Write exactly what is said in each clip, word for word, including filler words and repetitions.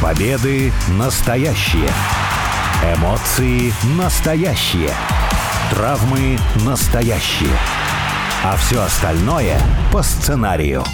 Победы настоящие. Эмоции настоящие. Травмы настоящие. А все остальное по сценарию.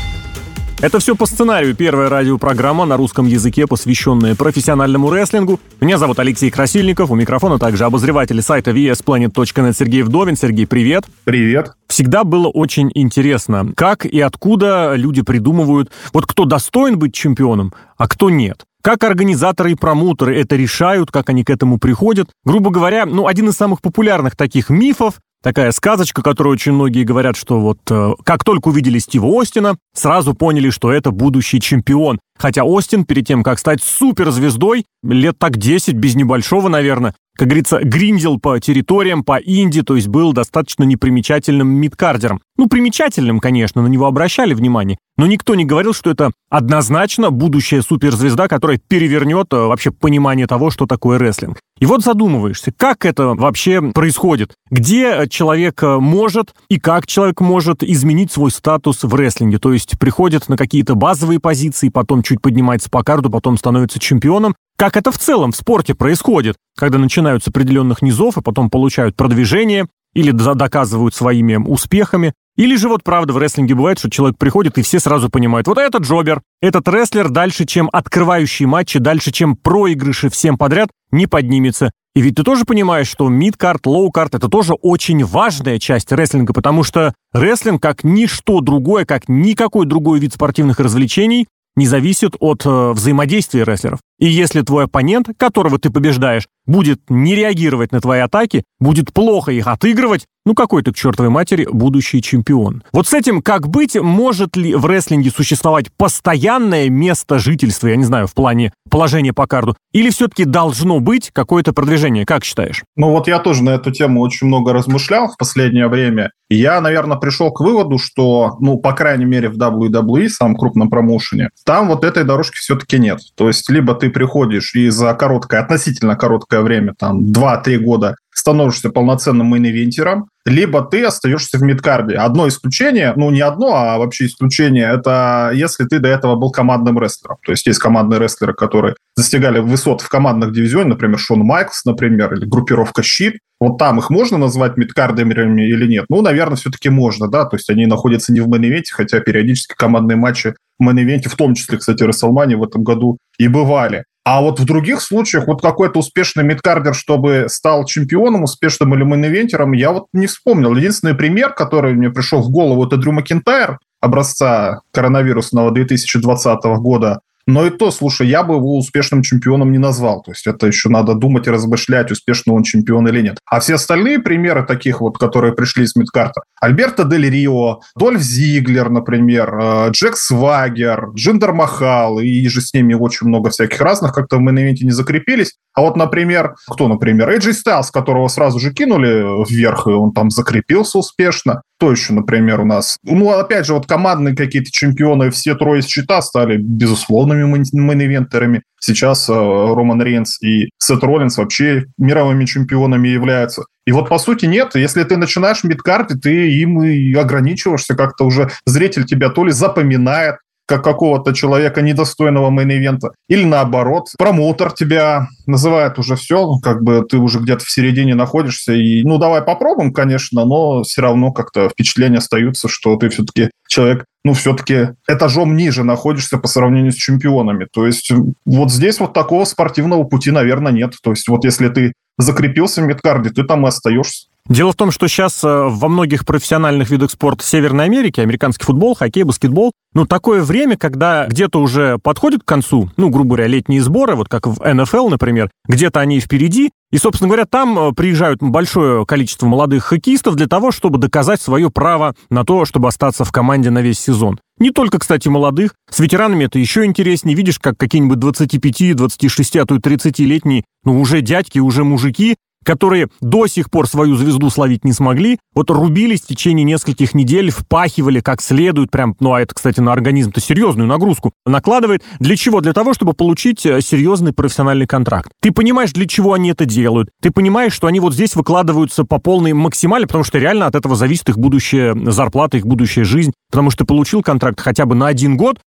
Это все по сценарию. Первая радиопрограмма на русском языке, посвященная профессиональному рестлингу. Меня зовут Алексей Красильников. У микрофона также обозреватель сайта ви эс планет точка нет Сергей Вдовин. Сергей, привет. Привет. Всегда было очень интересно, как и откуда люди придумывают, вот кто достоин быть чемпионом, а кто нет. Как организаторы и промоутеры это решают, как они к этому приходят. Грубо говоря, ну, один из самых популярных таких мифов, такая сказочка, которую очень многие говорят, что вот э, как только увидели Стива Остина, сразу поняли, что это будущий чемпион. Хотя Остин перед тем, как стать суперзвездой, лет так десять, без небольшого, наверное, как говорится, гриндил по территориям, по инди, то есть был достаточно непримечательным мидкардером. Ну, примечательным, конечно, на него обращали внимание, но никто не говорил, что это однозначно будущая суперзвезда, которая перевернет вообще понимание того, что такое рестлинг. И вот задумываешься, как это вообще происходит, где человек может и как человек может изменить свой статус в рестлинге, то есть приходит на какие-то базовые позиции, потом чуть поднимается по карду, потом становится чемпионом. Как это в целом в спорте происходит, когда начинают с определенных низов и потом получают продвижение или доказывают своими успехами. Или же вот правда в рестлинге бывает, что человек приходит и все сразу понимают, вот этот джобер, этот рестлер дальше, чем открывающие матчи, дальше, чем проигрыши всем подряд, не поднимется. И ведь ты тоже понимаешь, что мид-карт, лоу-карт — это тоже очень важная часть рестлинга, потому что рестлинг, как ничто другое, как никакой другой вид спортивных развлечений, не зависит от э, взаимодействия рестлеров. И если твой оппонент, которого ты побеждаешь, будет не реагировать на твои атаки, будет плохо их отыгрывать, ну какой ты к чертовой матери будущий чемпион. Вот с этим как быть? Может ли в рестлинге существовать постоянное место жительства, я не знаю, в плане положения по карду, или все-таки должно быть какое-то продвижение? Как считаешь? Ну вот я тоже на эту тему очень много размышлял в последнее время. И я, наверное, пришел к выводу, что, ну, по крайней мере, в дабл ю дабл ю и, самом крупном промоушене, там вот этой дорожки все-таки нет. То есть либо ты приходишь и за короткое, относительно короткое время, там, два-три года, становишься полноценным мейн-ивентером, либо ты остаешься в мидкарде. Одно исключение, ну не одно, а вообще исключение, это если ты до этого был командным рестлером. То есть есть командные рестлеры, которые достигали высот в командных дивизионах, например, Шон Майклс, например, или группировка Щит. Вот там их можно назвать мидкардерами или нет? Ну, наверное, все-таки можно, да, то есть они находятся не в мейн-ивенте, хотя периодически командные матчи в мейн-ивенте, в том числе, кстати, WrestleMania в этом году и бывали. А вот в других случаях вот какой-то успешный мидкардер, чтобы стал чемпионом, успешным или мейн-ивентером, я вот не вспомнил. Единственный пример, который мне пришел в голову, это Дрю Макинтайр, образца коронавирусного две тысячи двадцатого года. Но и то, слушай, я бы его успешным чемпионом не назвал. То есть это еще надо думать и размышлять, успешный он чемпион или нет. А все остальные примеры таких вот, которые пришли из мидкарта: Альберто Дель Рио, Дольф Зиглер, например, Джек Свагер, Джиндер Махал, и же с ними очень много всяких разных, как-то в мейн-ивенте не закрепились. А вот, например, кто, например, Эйджей Стайлз, которого сразу же кинули вверх, и он там закрепился успешно. Кто еще, например, у нас? Ну, опять же, вот командные какие-то чемпионы, все трое из Щита стали безусловными мейн-ивентерами. Сейчас э, Роман Рейнс и Сет Роллинс вообще мировыми чемпионами являются. И вот, по сути, нет. Если ты начинаешь в мидкарте, ты им и ограничиваешься, как-то уже зритель тебя то ли запоминает, как какого-то человека недостойного мейн-ивента, или наоборот, промоутер тебя называет уже все, как бы ты уже где-то в середине находишься, и ну давай попробуем, конечно, но все равно как-то впечатления остаются, что ты все-таки человек, ну все-таки этажом ниже находишься по сравнению с чемпионами. То есть вот здесь вот такого спортивного пути, наверное, нет. То есть вот если ты закрепился в мидкарде, ты там и остаешься. Дело в том, что сейчас во многих профессиональных видах спорта Северной Америки, американский футбол, хоккей, баскетбол, ну, такое время, когда где-то уже подходит к концу, ну, грубо говоря, летние сборы, вот как в эн эф эл, например, где-то они впереди, и, собственно говоря, там приезжают большое количество молодых хоккеистов для того, чтобы доказать свое право на то, чтобы остаться в команде на весь сезон. Не только, кстати, молодых, с ветеранами это еще интереснее. Видишь, как какие-нибудь двадцать пять, двадцать шесть, а то и тридцатилетние, ну, уже дядьки, уже мужики, которые до сих пор свою звезду словить не смогли, вот рубились в течение нескольких недель, впахивали как следует, прям, ну, а это, кстати, на организм-то серьезную нагрузку накладывает. Для чего? Для того, чтобы получить серьезный профессиональный контракт. Ты понимаешь, для чего они это делают. Ты понимаешь, что они вот здесь выкладываются по полной максимале, потому что реально от этого зависит их будущая зарплата, их будущая жизнь. Потому что ты получил контракт хотя бы на один год,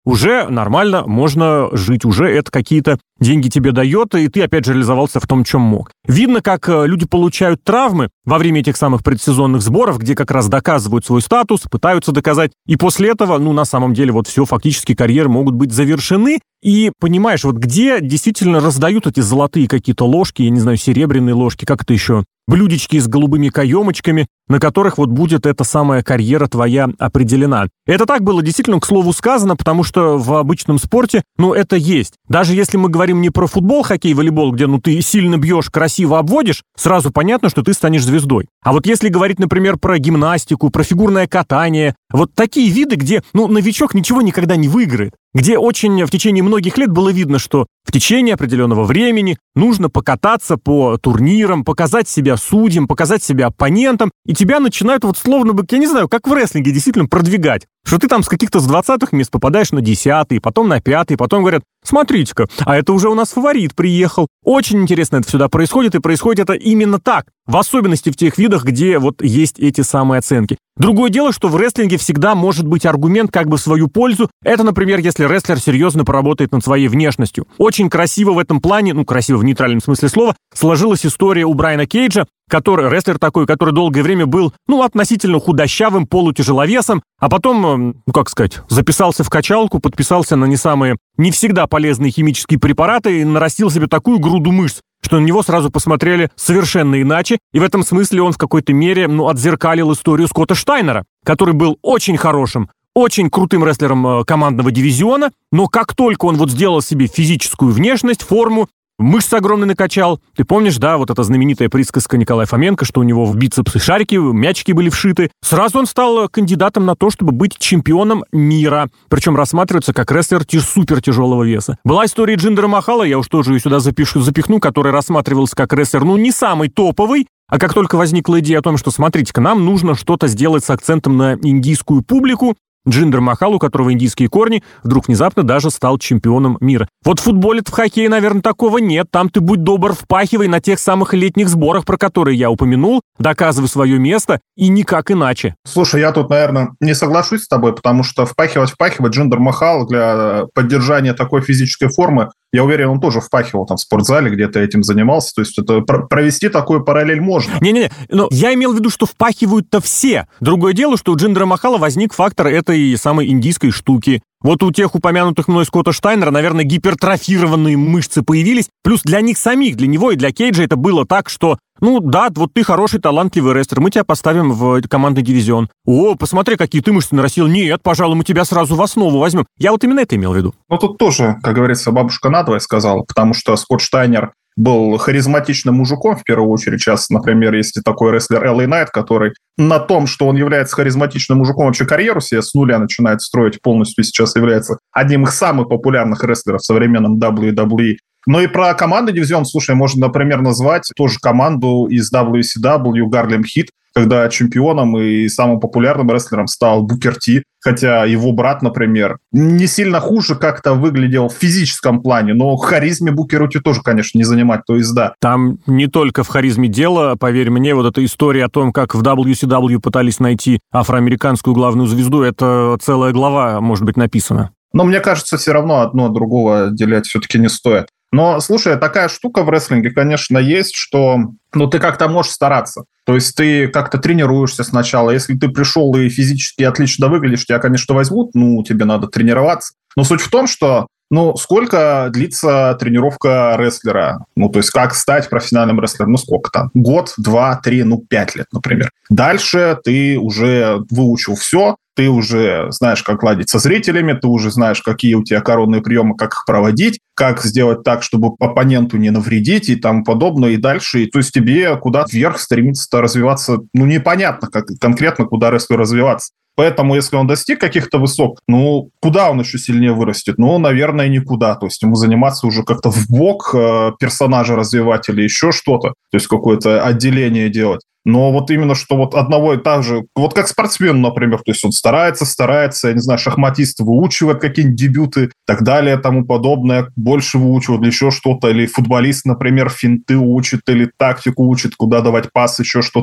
уже нормально можно жить, уже это какие-то деньги тебе дает, и ты, опять же, реализовался в том, чем мог. Видно, как люди получают травмы во время этих самых предсезонных сборов, где как раз доказывают свой статус, пытаются доказать, и после этого, ну, на самом деле, вот все, фактически карьеры могут быть завершены, и понимаешь, вот где действительно раздают эти золотые какие-то ложки, я не знаю, серебряные ложки, как это еще, блюдечки с голубыми каемочками, на которых вот будет эта самая карьера твоя определена. Это так было действительно, к слову, сказано, потому что в обычном спорте, ну, это есть. Даже если мы говорим не про футбол, хоккей, волейбол, где, ну, ты сильно бьешь, красиво обводишь, сразу понятно, что ты станешь звездой. А вот если говорить, например, про гимнастику, про фигурное катание, вот такие виды, где, ну, новичок ничего никогда не выиграет, где очень в течение многих лет было видно, что в течение определенного времени нужно покататься по турнирам, показать себя судьям, показать себя оппонентам, и тебя начинают вот словно бы, я не знаю, как в рестлинге действительно продвигать. Что ты там с каких-то с двадцатых мест попадаешь на десятый, потом на пятый, потом говорят, смотрите-ка, а это уже у нас фаворит приехал. Очень интересно это всегда происходит, и происходит это именно так. В особенности в тех видах, где вот есть эти самые оценки. Другое дело, что в рестлинге всегда может быть аргумент как бы в свою пользу. Это, например, если рестлер серьезно поработает над своей внешностью. Очень красиво в этом плане, ну, красиво в нейтральном смысле слова, сложилась история у Брайана Кейджа, который, рестлер такой, который долгое время был, ну, относительно худощавым, полутяжеловесом, а потом, ну, как сказать, записался в качалку, подписался на не самые, не всегда полезные химические препараты и нарастил себе такую груду мышц, что на него сразу посмотрели совершенно иначе, и в этом смысле он в какой-то мере, ну, отзеркалил историю Скотта Штайнера, который был очень хорошим, очень крутым рестлером командного дивизиона, но как только он вот сделал себе физическую внешность, форму, мышцы огромные накачал. Ты помнишь, да, вот эта знаменитая присказка Николая Фоменко, что у него в бицепсы шарики, мячики были вшиты. Сразу он стал кандидатом на то, чтобы быть чемпионом мира. Причем рассматривается как рестлер супер тяжелого веса. Была история Джиндера Махала, я уж тоже ее сюда запишу, запихну, который рассматривался как рестлер, ну, не самый топовый. А как только возникла идея о том, что, смотрите-ка, нам нужно что-то сделать с акцентом на индийскую публику, Джиндер Махал, у которого индийские корни, вдруг внезапно даже стал чемпионом мира. Вот в футболе, в хоккее, наверное, такого нет. Там ты, будь добр, впахивай на тех самых летних сборах, про которые я упомянул, доказывай свое место, и никак иначе. Слушай, я тут, наверное, не соглашусь с тобой, потому что впахивать-впахивать Джиндер Махал для поддержания такой физической формы, я уверен, он тоже впахивал там в спортзале, где-то этим занимался. То есть это провести такую параллель можно. Не-не-не, но я имел в виду, что впахивают-то все. Другое дело, что у Джиндера Махала возник фактор этой самой индийской штуки. Вот у тех упомянутых мной Скотта Штайнера, наверное, гипертрофированные мышцы появились. Плюс для них самих, для него и для Кейджа это было так, что, ну да, вот ты хороший, талантливый рестлер, мы тебя поставим в командный дивизион. О, посмотри, какие ты мышцы нарастил. Нет, пожалуй, мы тебя сразу в основу возьмем. Я вот именно это имел в виду. Ну тут тоже, как говорится, бабушка надвое сказала, потому что Скотт Штайнер был харизматичным мужиком, в первую очередь. Сейчас, например, есть такой рестлер Эл Эй Найт, который на том, что он является харизматичным мужиком, вообще карьеру себе с нуля начинает строить полностью, сейчас является одним из самых популярных рестлеров в современном дабл ю дабл ю и. Ну и про командный дивизион, слушай, можно, например, назвать тоже команду из дабл ю си дабл ю Harlem Heat, когда чемпионом и самым популярным рестлером стал Букер Ти, хотя его брат, например, не сильно хуже как-то выглядел в физическом плане, но в харизме Букеру Ти тоже, конечно, не занимать, то есть да. Там не только в харизме дело, поверь мне, вот эта история о том, как в дабл ю си дабл ю пытались найти афроамериканскую главную звезду, это целая глава, может быть, написана. Но мне кажется, все равно одно от другого отделять все-таки не стоит. Но, слушай, такая штука в рестлинге, конечно, есть, что ну, ты как-то можешь стараться. То есть ты как-то тренируешься сначала. Если ты пришел и физически отлично выглядишь, тебя, конечно, возьмут, ну, тебе надо тренироваться. Но суть в том, что ну, сколько длится тренировка рестлера? Ну, то есть как стать профессиональным рестлером? Ну, сколько там? Год, два, три, ну, пять лет, например. Дальше ты уже выучил все, ты уже знаешь, как ладить со зрителями, ты уже знаешь, какие у тебя коронные приемы, как их проводить, как сделать так, чтобы оппоненту не навредить и тому подобное, и дальше. И, то есть тебе куда вверх стремиться развиваться, ну, непонятно, как конкретно куда рестлеру развиваться. Поэтому, если он достиг каких-то высот, ну, куда он еще сильнее вырастет? Ну, наверное, никуда. То есть ему заниматься уже как-то вбок э, персонажа развивать или еще что-то, то есть какое-то отделение делать. Но вот именно, что вот одного и того же, вот как спортсмен, например, то есть он старается, старается, я не знаю, шахматист выучивает какие-нибудь дебюты и так далее, тому подобное, больше выучивает или еще что-то, или футболист, например, финты учит, или тактику учит, куда давать пас, еще что-то делать.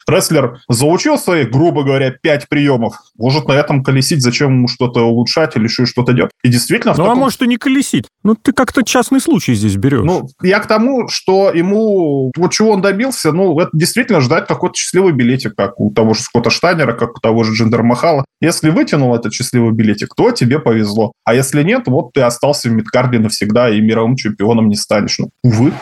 Рестлер заучил свои, грубо говоря, пять приемов, может на этом колесить, зачем ему что-то улучшать или еще что-то делать. И действительно... Ну, таком... а может и не колесить. Ну, ты как-то частный случай здесь берешь. Ну, я к тому, что ему... Вот чего он добился, ну, это действительно ждать какой-то счастливый билетик, как у того же Скотта Штайнера, как у того же Джиндер Махала. Если вытянул этот счастливый билетик, то тебе повезло. А если нет, вот ты остался в мидкарде навсегда и мировым чемпионом не станешь. Ну, увы.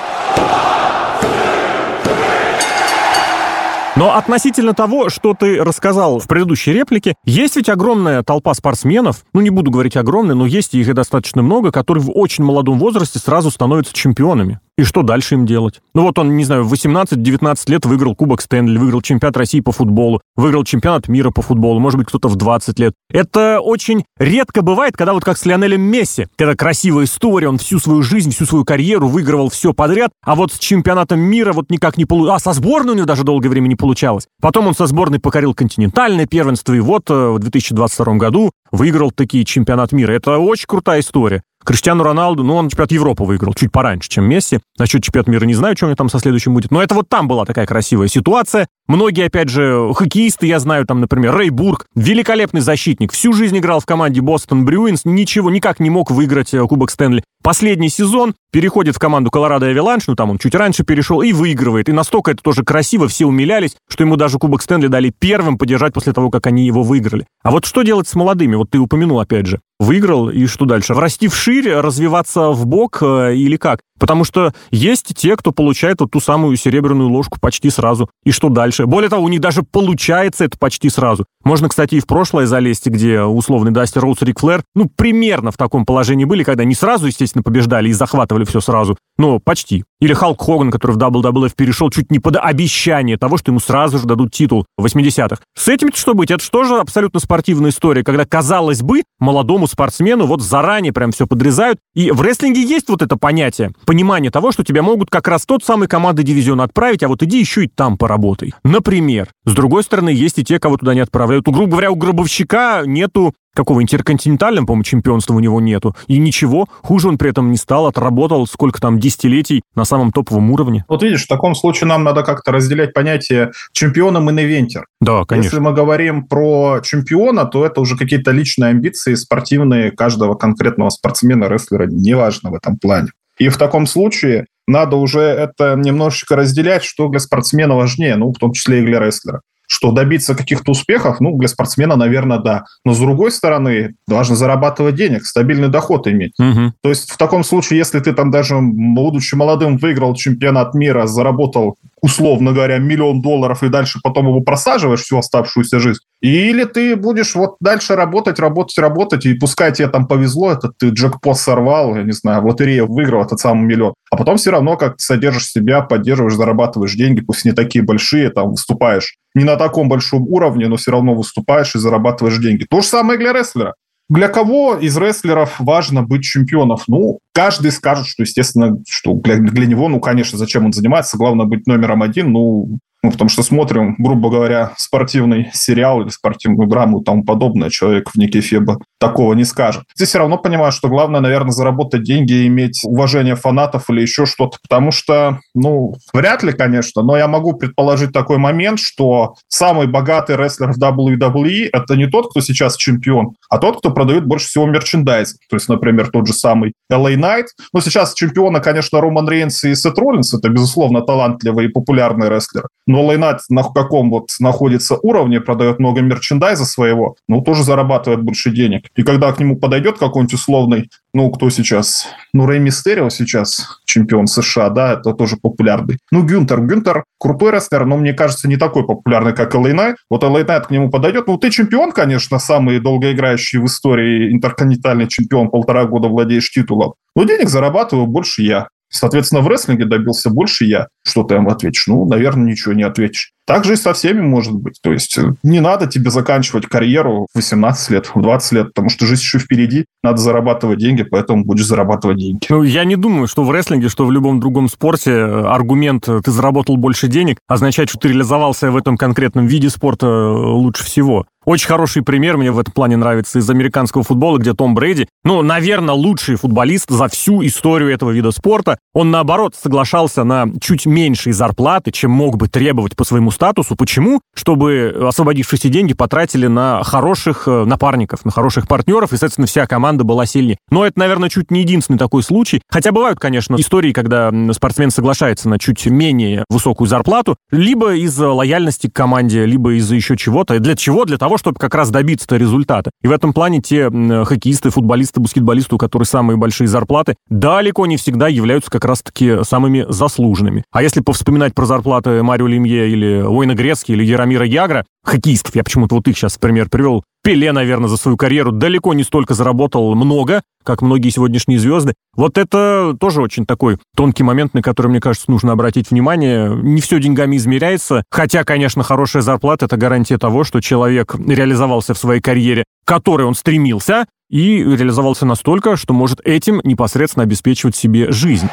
Но относительно того, что ты рассказал в предыдущей реплике, есть ведь огромная толпа спортсменов, ну не буду говорить огромная, но есть их и достаточно много, которые в очень молодом возрасте сразу становятся чемпионами. И что дальше им делать? Ну вот он, не знаю, в восемнадцать-девятнадцать лет выиграл Кубок Стэнли, выиграл чемпионат России по футболу, выиграл чемпионат мира по футболу, может быть, кто-то в двадцать лет. Это очень редко бывает, когда вот как с Лионелем Месси, когда красивая история, он всю свою жизнь, всю свою карьеру выигрывал все подряд, а вот с чемпионатом мира вот никак не получилось. А со сборной у него даже долгое время не получалось. Потом он со сборной покорил континентальное первенство, и вот в две тысячи двадцать втором году выиграл таки чемпионат мира. Это очень крутая история. Криштиану Роналду, ну, он чемпионат Европы выиграл чуть пораньше, чем Месси. Насчет чемпионата мира не знаю, что у него там со следующим будет. Но это вот там была такая красивая ситуация. Многие, опять же, хоккеисты, я знаю, там, например, Рэй Бурк, великолепный защитник, всю жизнь играл в команде Бостон Брюинс, ничего, никак не мог выиграть Кубок Стэнли. Последний сезон переходит в команду Колорадо Авиланш, ну, там он чуть раньше перешел, и выигрывает. И настолько это тоже красиво, все умилялись, что ему даже Кубок Стэнли дали первым подержать после того, как они его выиграли. А вот что делать с молодыми? Вот ты упомянул, опять же. Выиграл, и что дальше? Расти вширь, развиваться вбок э, или как? Потому что есть те, кто получает вот ту самую серебряную ложку почти сразу. И что дальше? Более того, у них даже получается это почти сразу. Можно, кстати, и в прошлое залезть, где условный Дасти Роудс, Рик Флэр, ну, примерно в таком положении были, когда не сразу, естественно, побеждали и захватывали все сразу, но почти. Или Халк Хоган, который в дабл ю дабл ю эф перешел чуть не под обещание того, что ему сразу же дадут титул в восьмидесятых. С этим-то что быть? Это же тоже абсолютно спортивная история, когда, казалось бы, молодому спортсмену вот заранее прям все подрезают. И в рестлинге есть вот это понятие, понимание того, что тебя могут как раз тот самый командный дивизион отправить, а вот иди еще и там поработай. Например. С другой стороны, есть и те, кого туда не отправляют. У, грубо говоря, у гробовщика нету какого интерконтинентального, по-моему, чемпионства у него нету. И ничего, хуже он при этом не стал, отработал сколько там десятилетий на самом топовом уровне. Вот видишь, в таком случае нам надо как-то разделять понятие чемпиона и мейн-ивентер. Да, конечно. Если мы говорим про чемпиона, то это уже какие-то личные амбиции спортивные каждого конкретного спортсмена, рестлера, неважно в этом плане. И в таком случае надо уже это немножечко разделять, что для спортсмена важнее, ну, в том числе и для рестлера. Что добиться каких-то успехов, ну, для спортсмена, наверное, да. Но, с другой стороны, важно зарабатывать денег, стабильный доход иметь. Угу. То есть, в таком случае, если ты там даже, будучи молодым, выиграл чемпионат мира, заработал, условно говоря, миллион долларов и дальше потом его просаживаешь всю оставшуюся жизнь, или ты будешь вот дальше работать, работать, работать, и пускай тебе там повезло, этот ты джекпот сорвал, я не знаю, в лотерею выиграл этот самый миллион, а потом все равно как-то содержишь себя, поддерживаешь, зарабатываешь деньги, пусть не такие большие, там, выступаешь не на таком большом уровне, но все равно выступаешь и зарабатываешь деньги. То же самое для рестлера. Для кого из рестлеров важно быть чемпионом? Ну, каждый скажет, что, естественно, что для, для него, ну, конечно, зачем он занимается, главное быть номером один, ну, ну, потому что смотрим, грубо говоря, спортивный сериал или спортивную драму и тому подобное, человек в нике Феба такого не скажет. Здесь все равно понимаю, что главное, наверное, заработать деньги и иметь уважение фанатов или еще что-то, потому что, ну, вряд ли, конечно, но я могу предположить такой момент, что самый богатый рестлер в дабл ю дабл ю и это не тот, кто сейчас чемпион, а тот, кто продает больше всего мерчендайза. То есть, например, тот же самый эл эй Knight. Ну, сейчас чемпионы, конечно, Роман Рейнс и Сет Роллинс, это, безусловно, талантливые и популярные рестлеры. Но эл эй Knight на каком вот находится уровне, продает много мерчендайза своего, ну, тоже зарабатывает больше денег. И когда к нему подойдет какой-нибудь условный, ну, кто сейчас? Ну, Рэй Мистерио сейчас чемпион США, да, это тоже популярный. Ну, Гюнтер. Гюнтер крутой рестлер, но, мне кажется, не такой популярный, как эл эй Knight. Вот эл эй Knight к нему подойдет. Ну, ты чемпион, конечно, самый долгоиграющий в истории интерконтинентальный чемпион, полтора года владеешь титулом. Но денег зарабатываю больше я. Соответственно, в рестлинге добился больше я. Что ты им ответишь? Ну, наверное, ничего не ответишь. Так же и со всеми может быть. То есть не надо тебе заканчивать карьеру в восемнадцать лет, в двадцать лет, потому что жизнь еще впереди. Надо зарабатывать деньги, поэтому будешь зарабатывать деньги. Ну, я не думаю, что в рестлинге, что в любом другом спорте аргумент «ты заработал больше денег» означает, что ты реализовался в этом конкретном виде спорта лучше всего. Очень хороший пример мне в этом плане нравится из американского футбола, где Том Брэди, ну, наверное, лучший футболист за всю историю этого вида спорта. Он, наоборот, соглашался на чуть меньшие зарплаты, чем мог бы требовать по своему статусу. Почему? Чтобы освободившиеся деньги потратили на хороших напарников, на хороших партнеров, и, соответственно, вся команда была сильнее. Но это, наверное, чуть не единственный такой случай. Хотя бывают, конечно, истории, когда спортсмен соглашается на чуть менее высокую зарплату, либо из-за лояльности к команде, либо из-за еще чего-то. Для чего? Для того, чтобы как раз добиться результата. И в этом плане те хоккеисты, футболисты, баскетболисты, у которых самые большие зарплаты, далеко не всегда являются как раз-таки самыми заслуженными. А если повспоминать про зарплаты Марио Лемье или Уэйна Грецки или Яромира Ягра, хоккеистов, я почему-то вот их сейчас в пример привел, Пеле, наверное, за свою карьеру далеко не столько заработал много, как многие сегодняшние звезды. Вот это тоже очень такой тонкий момент, на который, мне кажется, нужно обратить внимание. Не все деньгами измеряется, хотя, конечно, хорошая зарплата — это гарантия того, что человек реализовался в своей карьере, к которой он стремился, и реализовался настолько, что может этим непосредственно обеспечивать себе жизнь.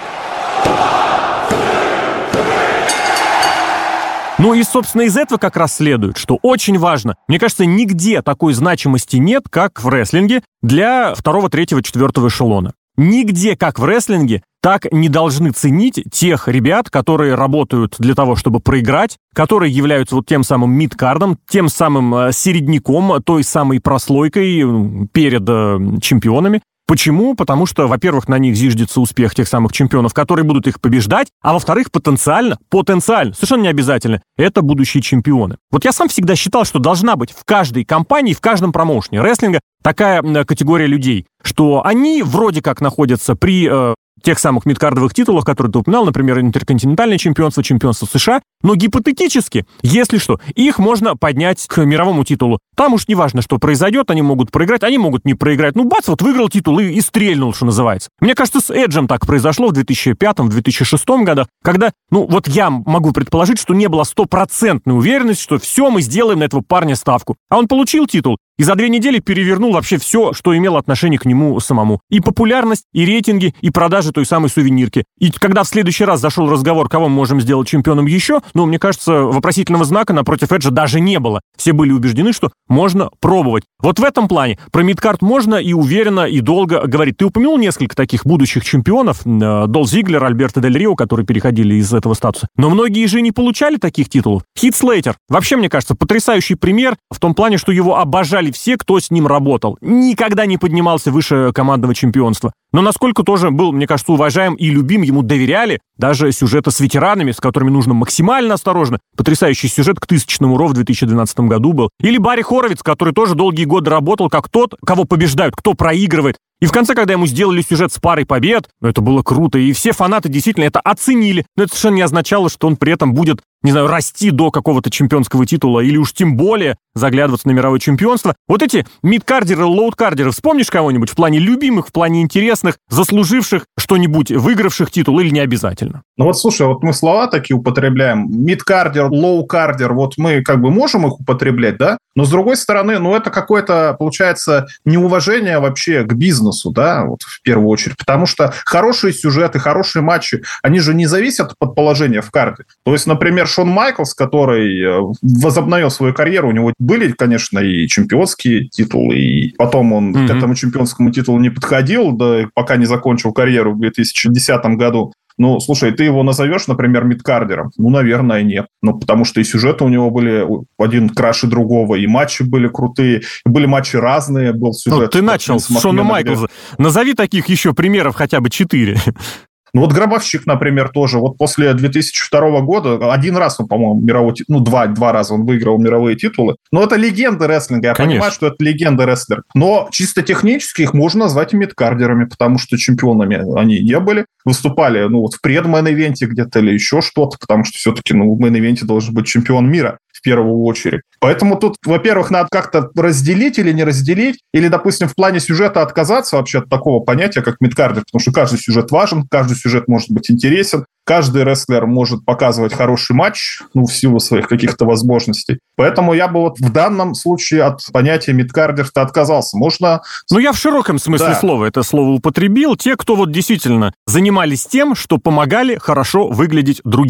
Ну и, собственно, из этого как раз следует, что очень важно. Мне кажется, нигде такой значимости нет, как в рестлинге для второго, третьего, четвертого эшелона. Нигде, как в рестлинге, так не должны ценить тех ребят, которые работают для того, чтобы проиграть, которые являются вот тем самым мидкардом, тем самым середняком, той самой прослойкой перед чемпионами. Почему? Потому что, во-первых, на них зиждется успех тех самых чемпионов, которые будут их побеждать, а во-вторых, потенциально, потенциально, совершенно не обязательно, это будущие чемпионы. Вот я сам всегда считал, что должна быть в каждой компании, в каждом промоушене рестлинга такая категория людей, что они вроде как находятся при э, тех самых мидкардовых титулах, которые ты упоминал, например, интерконтинентальное чемпионство, чемпионство США, но гипотетически, если что, их можно поднять к мировому титулу. Там уж не важно, что произойдет, они могут проиграть, они могут не проиграть. Ну, бац, вот выиграл титул и, и стрельнул, что называется. Мне кажется, с Эджем так произошло в две тысячи пятом — две тысячи шестом годах, когда, ну, вот я могу предположить, что не было стопроцентной уверенности, что все, мы сделаем на этого парня ставку. А он получил титул и за две недели перевернул вообще все, что имело отношение к нему самому. И популярность, и рейтинги, и продажи той самой сувенирки. И когда в следующий раз зашел разговор, кого мы можем сделать чемпионом еще, ну, мне кажется, вопросительного знака напротив Эджа даже не было. Все были убеждены, что можно пробовать. Вот в этом плане про мидкард можно и уверенно, и долго говорить. Ты упомянул несколько таких будущих чемпионов. Долф Зиглер, Альберто Дель Рио, которые переходили из этого статуса. Но многие же не получали таких титулов. Хит Слейтер. Вообще, мне кажется, потрясающий пример в том плане, что его обожали все, кто с ним работал. Никогда не поднимался выше командного чемпионства. Но насколько тоже был, мне кажется, уважаем и любим, ему доверяли. Даже сюжеты с ветеранами, с которыми нужно максимально осторожно. Потрясающий сюжет к тысячному Ро в две тысячи двенадцатом году был. Или Барри Хоровиц, который тоже долгие годы работал как тот, кого побеждают, кто проигрывает. И в конце, когда ему сделали сюжет с парой побед, ну, это было круто, и все фанаты действительно это оценили. Но это совершенно не означало, что он при этом будет, не знаю, расти до какого-то чемпионского титула, или уж тем более заглядываться на мировое чемпионство. Вот эти мидкардеры, лоудкардеры, вспомнишь кого-нибудь в плане любимых, в плане интересных, заслуживших что-нибудь, выигравших титул, или не обязательно? Ну вот, слушай, вот мы слова такие употребляем. Мидкардер, лоукардер, вот мы как бы можем их употреблять, да? Но с другой стороны, ну это какое-то, получается, неуважение вообще к бизнесу, да, вот в первую очередь. Потому что хорошие сюжеты, хорошие матчи, они же не зависят от положения в карте. То есть, например, Шон Майклс, который возобновил свою карьеру, у него были, конечно, и чемпионские титулы, и потом он mm-hmm. к этому чемпионскому титулу не подходил, да, пока не закончил карьеру в две тысячи десятом году. Ну, слушай, ты его назовешь, например, мидкардером? Ну, наверное, нет. Ну, потому что и сюжеты у него были один краше другого, и матчи были крутые, и были матчи разные, был сюжет. Ну, ты начал с Шона Майклза. Назови таких еще примеров хотя бы четыре. Ну, вот Гробовщик, например, тоже. Вот после две тысячи второго года один раз он, по-моему, мировой... Ну, два, два раза он выиграл мировые титулы. Но это легенды рестлинга. Я Конечно. понимаю, что это легенды рестлера. Но чисто технически их можно назвать мидкардерами, потому что чемпионами они не были. Выступали, ну, вот в предмейн-ивенте где-то или еще что-то, потому что все-таки, ну, в мейн-ивенте должен быть чемпион мира в первую очередь. Поэтому тут, во-первых, надо как-то разделить или не разделить, или, допустим, в плане сюжета отказаться вообще от такого понятия, как мидкардер, потому что каждый сюжет важен, каждый сюжет может быть интересен, каждый рестлер может показывать хороший матч, ну, в силу своих каких-то возможностей. Поэтому я бы вот в данном случае от понятия мидкардер-то отказался. Можно... Ну, я в широком смысле да. слова это слово употребил. Те, кто вот действительно занимались тем, что помогали хорошо выглядеть другим.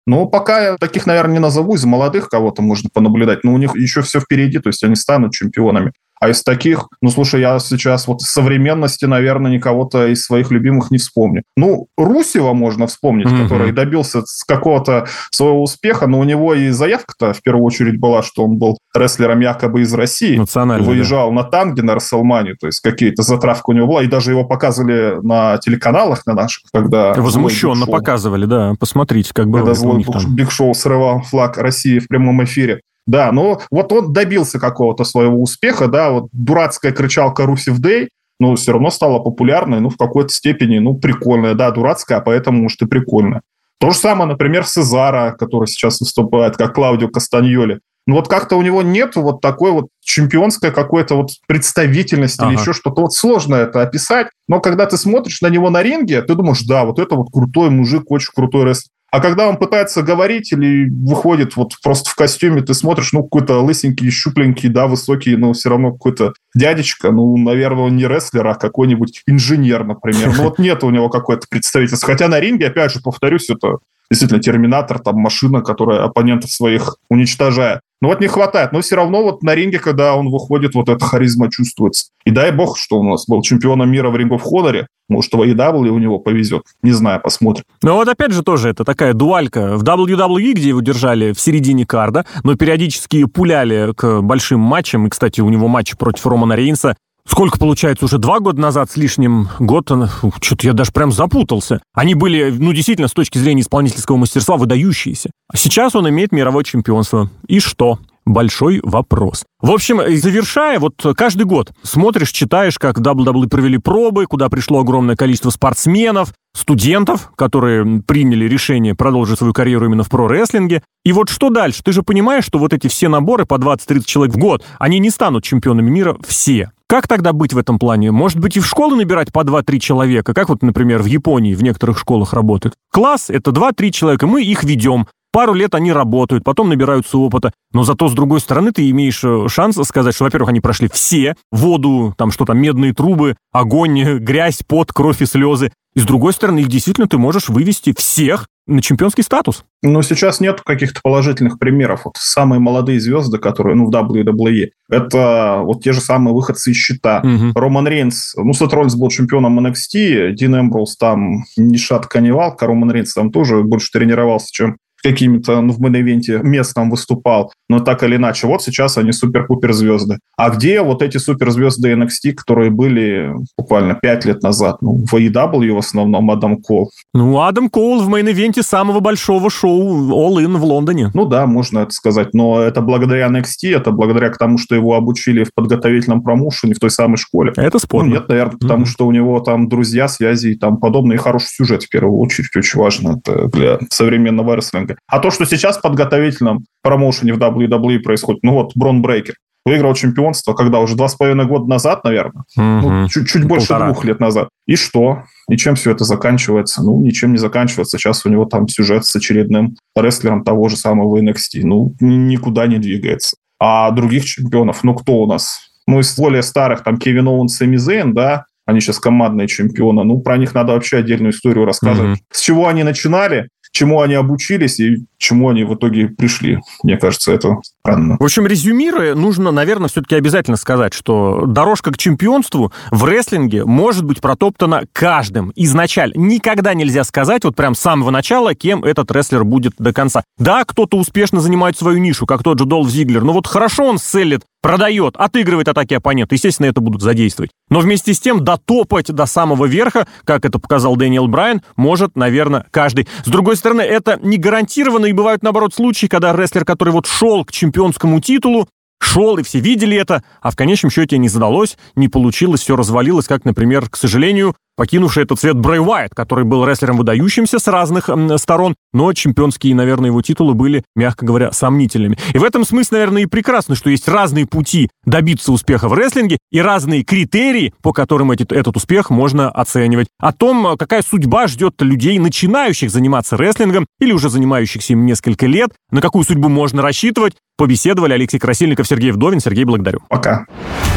Ну, пока я таких, наверное, не назову. Из молодых кого-то можно понаблюдать, но у них еще все впереди, то есть они станут чемпионами. А из таких, ну, слушай, я сейчас вот из современности, наверное, никого-то из своих любимых не вспомню. Ну, Русева можно вспомнить, mm-hmm. который добился с какого-то своего успеха, но у него и заявка-то в первую очередь была, что он был рестлером якобы из России. Выезжал да. на танге на Расселмане, то есть какие-то затравки у него была, и даже его показывали на телеканалах на наших, когда... Возмущенно показывали, да, посмотрите, как было. Когда злой Биг Шоу срывал флаг России в прямом эфире. Да, но вот он добился какого-то своего успеха, да, вот дурацкая кричалка «Русев Дэй», но все равно стала популярной, ну, в какой-то степени, ну, прикольная, да, дурацкая, а поэтому, может, и прикольная. То же самое, например, Сезара, который сейчас выступает, как Клаудио Кастаньоли. Ну, вот как-то у него нет вот такой вот чемпионской какой-то вот представительности ага. или еще что-то. Вот сложно это описать, но когда ты смотришь на него на ринге, ты думаешь, да, вот это вот крутой мужик, очень крутой рестлер. А когда он пытается говорить или выходит вот просто в костюме, ты смотришь, ну, какой-то лысенький, щупленький, да, высокий, но все равно какой-то дядечка, ну, наверное, он не рестлер, а какой-нибудь инженер, например. Ну, вот нет у него какой-то представительства. Хотя на ринге, опять же, повторюсь, это действительно терминатор, там машина, которая оппонентов своих уничтожает. Ну вот не хватает, но все равно вот на ринге, когда он выходит, вот эта харизма чувствуется. И дай бог, что у нас был чемпионом мира в Ring of Honor, может, в эй и дабл ю у него повезет. Не знаю, посмотрим. Ну вот опять же тоже это такая дуалька. В дабл ю дабл ю и, где его держали в середине карда, но периодически пуляли к большим матчам, и, кстати, у него матч против Романа Рейнса, сколько, получается, уже два года назад с лишним, год, что-то я даже прям запутался. Они были, ну, действительно, с точки зрения исполнительского мастерства выдающиеся. А сейчас он имеет мировое чемпионство. И что? Большой вопрос. В общем, завершая, вот каждый год смотришь, читаешь, как в дабл ю дабл ю и провели пробы, куда пришло огромное количество спортсменов, студентов, которые приняли решение продолжить свою карьеру именно в про-рестлинге. И вот что дальше? Ты же понимаешь, что вот эти все наборы по двадцать-тридцать человек в год, они не станут чемпионами мира все. Как тогда быть в этом плане? Может быть, и в школы набирать по два-три человека, как вот, например, в Японии в некоторых школах работает? Класс — это два-три человека, мы их ведем. Пару лет они работают, потом набираются опыта. Но зато, с другой стороны, ты имеешь шанс сказать, что, во-первых, они прошли все. Воду, там что там, медные трубы, огонь, грязь, пот, кровь и слезы. И, с другой стороны, их действительно ты можешь вывести всех на чемпионский статус. Но сейчас нет каких-то положительных примеров. Вот самые молодые звезды, которые, ну, в дабл ю дабл ю и, это вот те же самые выходцы из щита. Угу. Роман Рейнс, ну, Сет Роллинс был чемпионом эн экс ти, Дин Эмброуз там ни шатка, ни валка, Роман Рейнс там тоже больше тренировался, чем какими-то, ну, в мейн-ивенте местном выступал, но так или иначе, вот сейчас они супер-пупер звезды. А где вот эти суперзвезды эн экс ти, которые были буквально пять лет назад? Ну, в эй и дабл ю в основном Адам Кол. Ну, Адам Кол в мейн-ивенте самого большого шоу All In в Лондоне. Ну да, можно это сказать, но это благодаря эн экс ти, это благодаря к тому, что его обучили в подготовительном промоушене в той самой школе. Это спорно. Ну, нет, наверное, потому mm-hmm. что у него там друзья, связи и там подобное, и хороший сюжет в первую очередь, очень важно это для современного рестлинга. А то, что сейчас в подготовительном промоушене в дабл ю дабл ю и происходит, ну вот, Брон Брейкер выиграл чемпионство, когда уже два с половиной года назад, наверное, mm-hmm. ну, чуть, чуть больше Полтора. двух лет назад. И что? И чем все это заканчивается? Ну, ничем не заканчивается. Сейчас у него там сюжет с очередным рестлером того же самого эн экс ти. Ну, никуда не двигается. А других чемпионов, ну, кто у нас? Ну, из более старых, там, Кевин Оуэнс, Сами Зейн, да, они сейчас командные чемпионы. Ну, про них надо вообще отдельную историю рассказывать. Mm-hmm. С чего они начинали, чему они обучились и чему они в итоге пришли. Мне кажется, это странно. В общем, резюмируя, нужно, наверное, все-таки обязательно сказать, что дорожка к чемпионству в рестлинге может быть протоптана каждым изначально. Никогда нельзя сказать вот прям с самого начала, кем этот рестлер будет до конца. Да, кто-то успешно занимает свою нишу, как тот же Долф Зиглер, но вот хорошо он селлит, продает, отыгрывает атаки оппонента, естественно, это будут задействовать. Но вместе с тем дотопать до самого верха, как это показал Дэниел Брайан, может, наверное, каждый. С другой стороны, это не гарантированно, и бывают, наоборот, случаи, когда рестлер, который вот шел к чемпионскому титулу, шел, и все видели это, а в конечном счете не задалось, не получилось, все развалилось, как, например, к сожалению, покинувший этот цвет Брэй Уайт, который был рестлером выдающимся с разных м, сторон, но чемпионские, наверное, его титулы были, мягко говоря, сомнительными. И в этом смысле, наверное, и прекрасно, что есть разные пути добиться успеха в рестлинге и разные критерии, по которым эти, этот успех можно оценивать. О том, какая судьба ждет людей, начинающих заниматься рестлингом или уже занимающихся им несколько лет, на какую судьбу можно рассчитывать, побеседовали Алексей Красильников, Сергей Вдовин. Сергей, благодарю. Пока.